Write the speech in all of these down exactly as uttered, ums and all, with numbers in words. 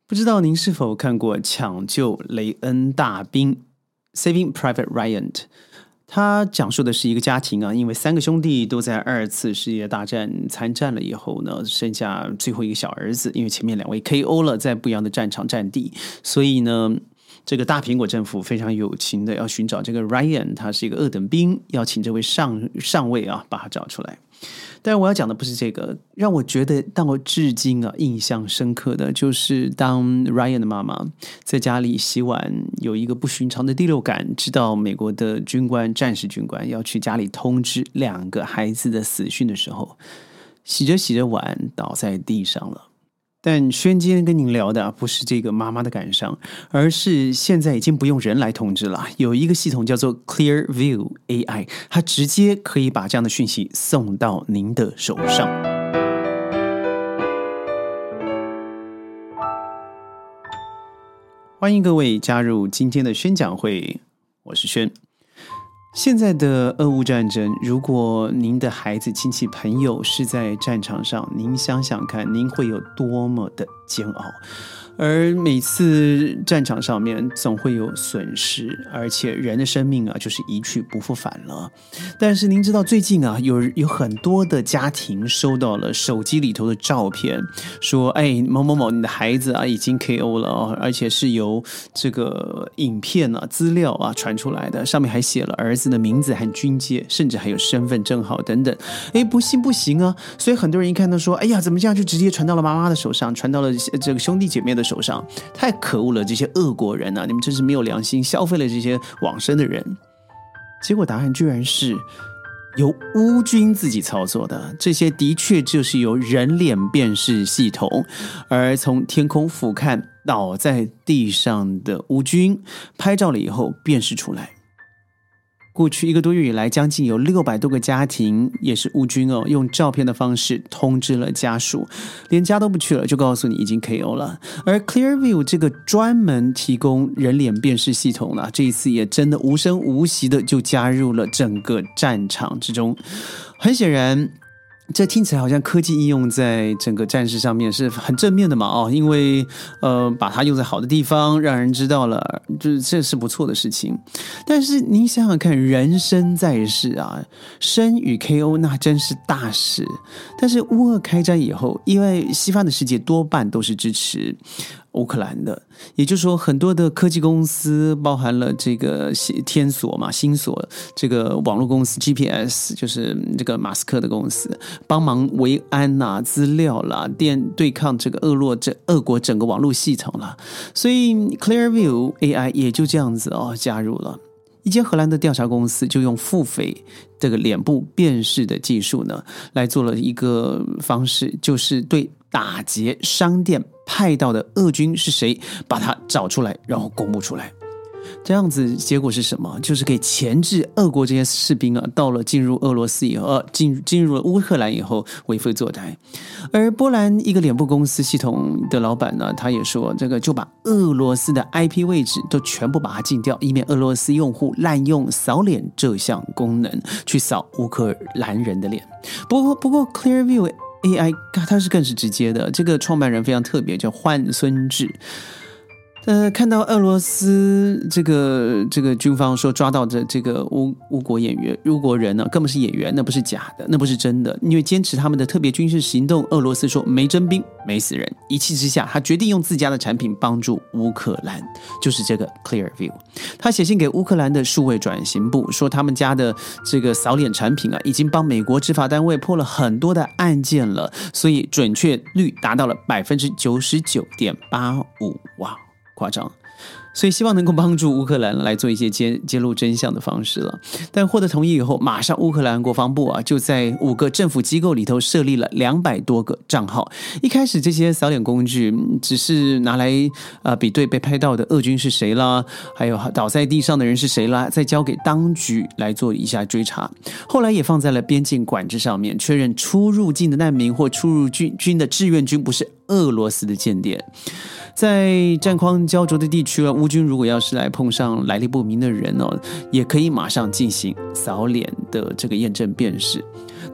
不知道您是否看过《抢救雷恩大兵》 Saving Private Ryan。 他讲述的是一个家庭啊，因为三个兄弟都在二次世界大战参战了以后呢，剩下最后一个小儿子，因为前面两位 K O 了，在不一样的战场战地，所以呢这个大苹果政府非常有情的要寻找这个 Ryan， 他是一个二等兵，要请这位上上尉啊把他找出来。但我要讲的不是这个，让我觉得让我至今啊印象深刻的就是当 Ryan 的妈妈在家里洗碗，有一个不寻常的第六感，知道美国的军官战士军官要去家里通知两个孩子的死讯的时候，洗着洗着碗倒在地上了。但轩今天跟您聊的不是这个妈妈的感伤，而是现在已经不用人来通知了，有一个系统叫做 Clearview A I， 它直接可以把这样的讯息送到您的手上。欢迎各位加入今天的宣讲会，我是轩。现在的俄乌战争，如果您的孩子、亲戚、朋友是在战场上，您想想看，您会有多么的煎熬。而每次战场上面总会有损失，而且人的生命啊就是一去不复返了。但是您知道最近啊有有很多的家庭收到了手机里头的照片，说哎某某某你的孩子啊已经 K O 了哦，而且是由这个影片啊资料啊传出来的，上面还写了儿子的名字和军阶，甚至还有身份证号等等。哎，不信不行啊！所以很多人一看到说，哎呀，怎么这样就直接传到了妈妈的手上，传到了这个兄弟姐妹的手上，太可恶了！这些俄国人啊，你们真是没有良心，消费了这些往生的人。结果答案居然是由乌军自己操作的，这些的确就是由人脸辨识系统，而从天空俯瞰倒在地上的乌军拍照了以后辨识出来。过去一个多月以来，将近有六百多个家庭，也是乌军哦，用照片的方式通知了家属，连家都不去了，就告诉你已经 K O 了。而 Clearview 这个专门提供人脸辨识系统呢，这一次也真的无声无息的就加入了整个战场之中。很显然，这听起来好像科技应用在整个战事上面是很正面的嘛哦，因为呃把它用在好的地方，让人知道了，就是这是不错的事情。但是您想想看，人生在世啊，生与 K O 那真是大事。但是乌俄开战以后，因为西方的世界多半都是支持乌克兰的，也就是说很多的科技公司，包含了这个天索嘛、星索这个网络公司 G P S， 就是这个马斯克的公司，帮忙维安啊、资料啦、电对抗这个俄罗这俄国整个网络系统啦，所以 Clearview A I 也就这样子哦加入了。一间荷兰的调查公司就用付费这个脸部辨识的技术呢，来做了一个方式，就是对打劫商店派到的俄军是谁，把它找出来，然后公布出来。这样子结果是什么？就是可以钳制俄国这些士兵啊，到了进入俄罗斯以后，呃，进进入了乌克兰以后为非作歹。而波兰一个脸部公司系统的老板呢，他也说，这个就把俄罗斯的 I P 位置都全部把它禁掉，以免俄罗斯用户滥用扫脸这项功能去扫乌克兰人的脸。不过，不过 Clearview A I 它是更是直接的，这个创办人非常特别，叫换孙志。呃，看到俄罗斯这个这个军方说抓到的这个乌乌国演员、乌国人呢，根本是演员，那不是假的，那不是真的。因为坚持他们的特别军事行动，俄罗斯说没征兵、没死人，一气之下，他决定用自家的产品帮助乌克兰，就是这个 Clearview。他写信给乌克兰的数位转型部，说他们家的这个扫脸产品啊，已经帮美国执法单位破了很多的案件了，所以准确率达到了百分之九十九点八五，哇！夸张，所以希望能够帮助乌克兰来做一些揭揭露真相的方式了。但获得同意以后，马上乌克兰国防部啊就在五个政府机构里头设立了两百多个账号。一开始这些扫脸工具只是拿来呃比对被拍到的俄军是谁啦，还有倒在地上的人是谁啦，再交给当局来做一下追查。后来也放在了边境管制上面，确认出入境的难民或出入军军的志愿军不是俄罗斯的间谍。在战况焦灼的地区，乌军如果要是来碰上来历不明的人哦，也可以马上进行扫脸的这个验证辨识。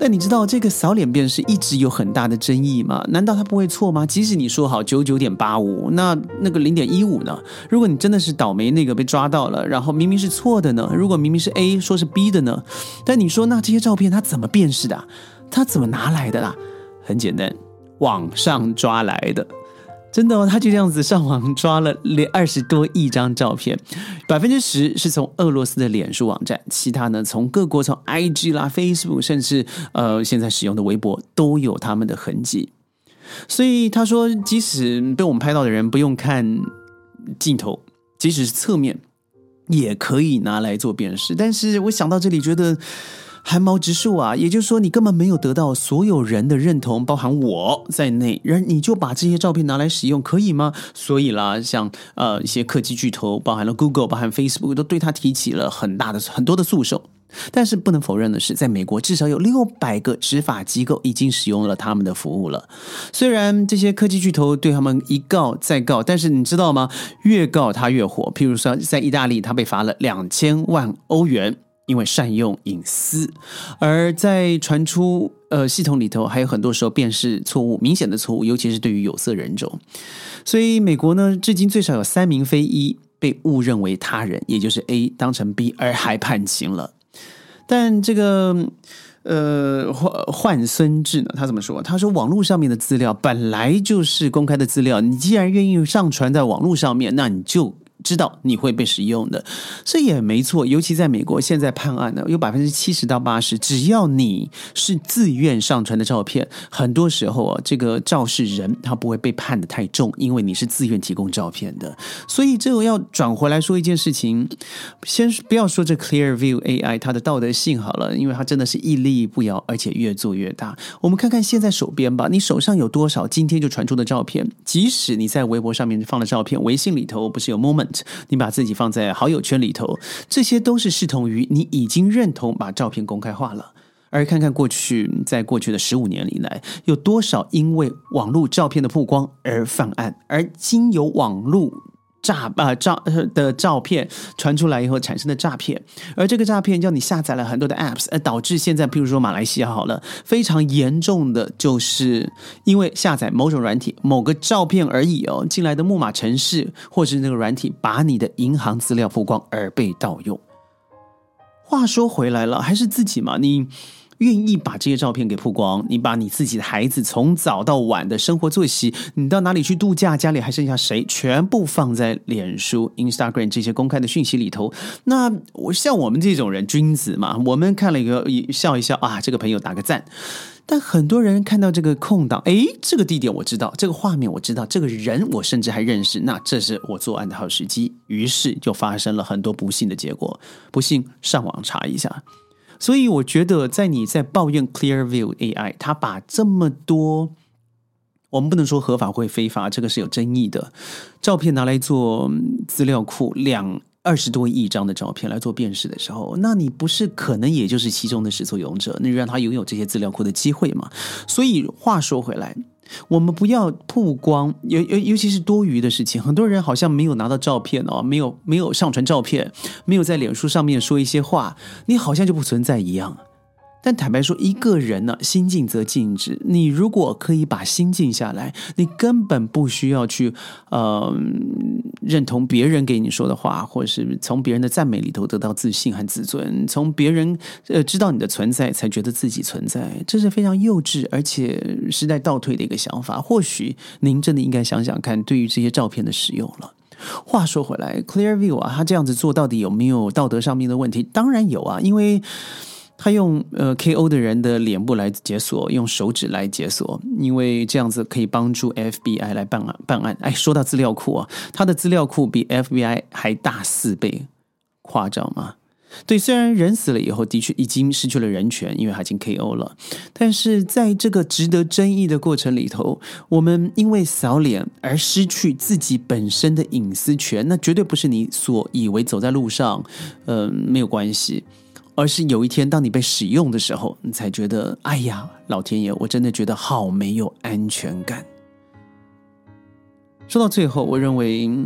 但你知道这个扫脸辨识一直有很大的争议吗？难道它不会错吗？即使你说好 九十九点八五， 那那个 零点一五 呢？如果你真的是倒霉那个被抓到了，然后明明是错的呢？如果明明是 A 说是 B 的呢？但你说那这些照片它怎么辨识的啊？它怎么拿来的啊？很简单，网上抓来的。真的哦，他就这样子上网抓了二十多亿张照片，百分之十是从俄罗斯的脸书网站，其他呢从各国从 I G 啦、Facebook， 甚至呃现在使用的微博都有他们的痕迹。所以他说，即使被我们拍到的人不用看镜头，即使是侧面，也可以拿来做辨识。但是我想到这里，觉得寒毛直竖啊，也就是说你根本没有得到所有人的认同，包含我在内，然你就把这些照片拿来使用，可以吗？所以啦，像呃一些科技巨头，包含了 Google， 包含 Facebook， 都对他提起了很大的很多的诉讼。但是不能否认的是，在美国至少有六百个执法机构已经使用了他们的服务了。虽然这些科技巨头对他们一告再告，但是你知道吗？越告他越火。譬如说在意大利，他被罚了两千万欧元，因为善用隐私。而在传出呃系统里头还有很多时候辨识错误，明显的错误，尤其是对于有色人种。所以美国呢，至今最少有三名非裔被误认为他人，也就是 A 当成 B 而还判刑了。但这个呃，换孙志呢，他怎么说？他说网络上面的资料本来就是公开的资料，你既然愿意上传在网络上面，那你就知道你会被使用的，这也没错。尤其在美国，现在判案呢有 百分之七十到八十， 只要你是自愿上传的照片，很多时候啊，这个肇事人他不会被判得太重，因为你是自愿提供照片的。所以这个要转回来说一件事情，先不要说这 Clearview A I 它的道德性好了，因为它真的是屹立不摇，而且越做越大。我们看看现在手边吧，你手上有多少今天就传出的照片？即使你在微博上面放的照片，微信里头不是有 Moment，你把自己放在好友圈里头，这些都是视同于你已经认同把照片公开化了。而看看过去，在过去的十五年以来，有多少因为网络照片的曝光而犯案，而经由网络诈呃照的照片传出来以后产生的诈骗，而这个诈骗叫你下载了很多的 apps， 而导致现在譬如说马来西亚好了，非常严重的就是因为下载某种软体某个照片而已哦，进来的木马程式或是那个软体把你的银行资料曝光而被盗用。话说回来了，还是自己嘛，你愿意把这些照片给曝光，你把你自己的孩子从早到晚的生活作息，你到哪里去度假，家里还剩下谁，全部放在脸书 Instagram 这些公开的讯息里头。那我像我们这种人君子嘛，我们看了一个笑一笑啊，这个朋友打个赞。但很多人看到这个空档，诶，这个地点我知道，这个画面我知道，这个人我甚至还认识，那这是我作案的好时机，于是就发生了很多不幸的结果。不信上网查一下。所以我觉得在你在抱怨 Clearview A I 它把这么多，我们不能说合法或非法，这个是有争议的，照片拿来做资料库，两二十多亿张的照片来做辨识的时候，那你不是可能也就是其中的始作俑者，那就让他拥有这些资料库的机会嘛。所以话说回来，我们不要曝光，尤尤尤其是多余的事情。很多人好像没有拿到照片哦，没有没有上传照片，没有在脸书上面说一些话，你好像就不存在一样。但坦白说，一个人呢，心静则静止。你如果可以把心静下来，你根本不需要去呃认同别人给你说的话，或者是从别人的赞美里头得到自信和自尊，从别人呃知道你的存在才觉得自己存在，这是非常幼稚而且时代倒退的一个想法。或许您真的应该想想看，对于这些照片的使用了。话说回来 ，Clearview 啊，他这样子做到底有没有道德上面的问题？当然有啊，因为他用呃 K O 的人的脸部来解锁，用手指来解锁，因为这样子可以帮助 F B I 来办案办案。哎，说到资料库啊，他的资料库比 F B I 还大四倍，夸张吗？对，虽然人死了以后的确已经失去了人权，因为他已经 K O 了，但是在这个值得争议的过程里头，我们因为扫脸而失去自己本身的隐私权，那绝对不是你所以为走在路上呃没有关系，而是有一天当你被使用的时候，你才觉得哎呀，老天爷，我真的觉得好没有安全感。说到最后，我认为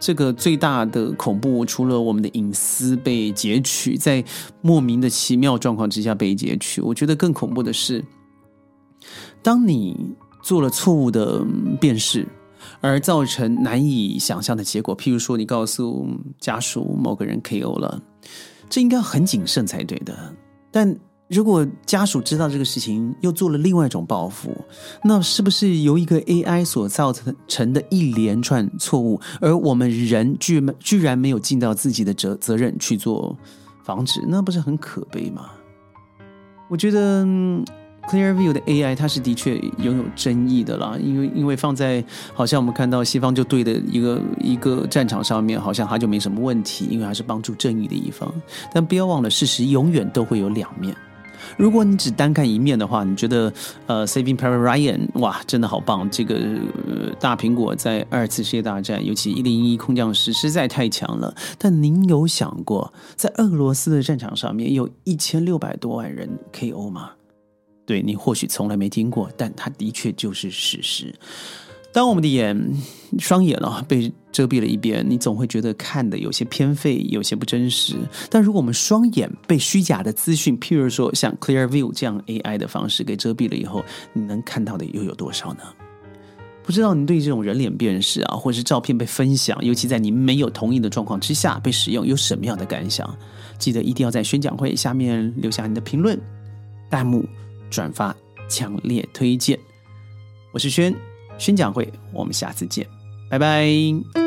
这个最大的恐怖，除了我们的隐私被截取，在莫名的奇妙状况之下被截取，我觉得更恐怖的是，当你做了错误的辨识，而造成难以想象的结果，譬如说你告诉家属某个人 K O 了，这应该很谨慎才对的，但如果家属知道这个事情又做了另外一种报复，那是不是由一个 A I 所造成的一连串错误，而我们人居居然没有尽到自己的责责任去做防止，那不是很可悲吗？我觉得、嗯、Clearview 的 A I 它是的确拥有争议的啦，因为因为放在好像我们看到西方就对的一个一个战场上面，好像它就没什么问题，因为它是帮助正义的一方。但不要忘了，事实永远都会有两面。如果你只单看一面的话，你觉得呃 Saving Private Ryan 哇真的好棒，这个、呃、大苹果在二次世界大战，尤其一零一空降师实在太强了。但您有想过，在俄罗斯的战场上面有一千六百多万人 K O 吗？对，你或许从来没听过，但它的确就是事实。当我们的眼双眼、哦、被遮蔽了一边，你总会觉得看的有些偏废，有些不真实。但如果我们双眼被虚假的资讯，譬如说像 Clearview 这样 A I 的方式给遮蔽了以后，你能看到的又有多少呢？不知道你对这种人脸辨识啊，或者是照片被分享，尤其在你没有同意的状况之下被使用，有什么样的感想？记得一定要在宣讲会下面留下你的评论、弹幕、转发，强烈推荐。我是轩，宣讲会我们下次见，拜拜。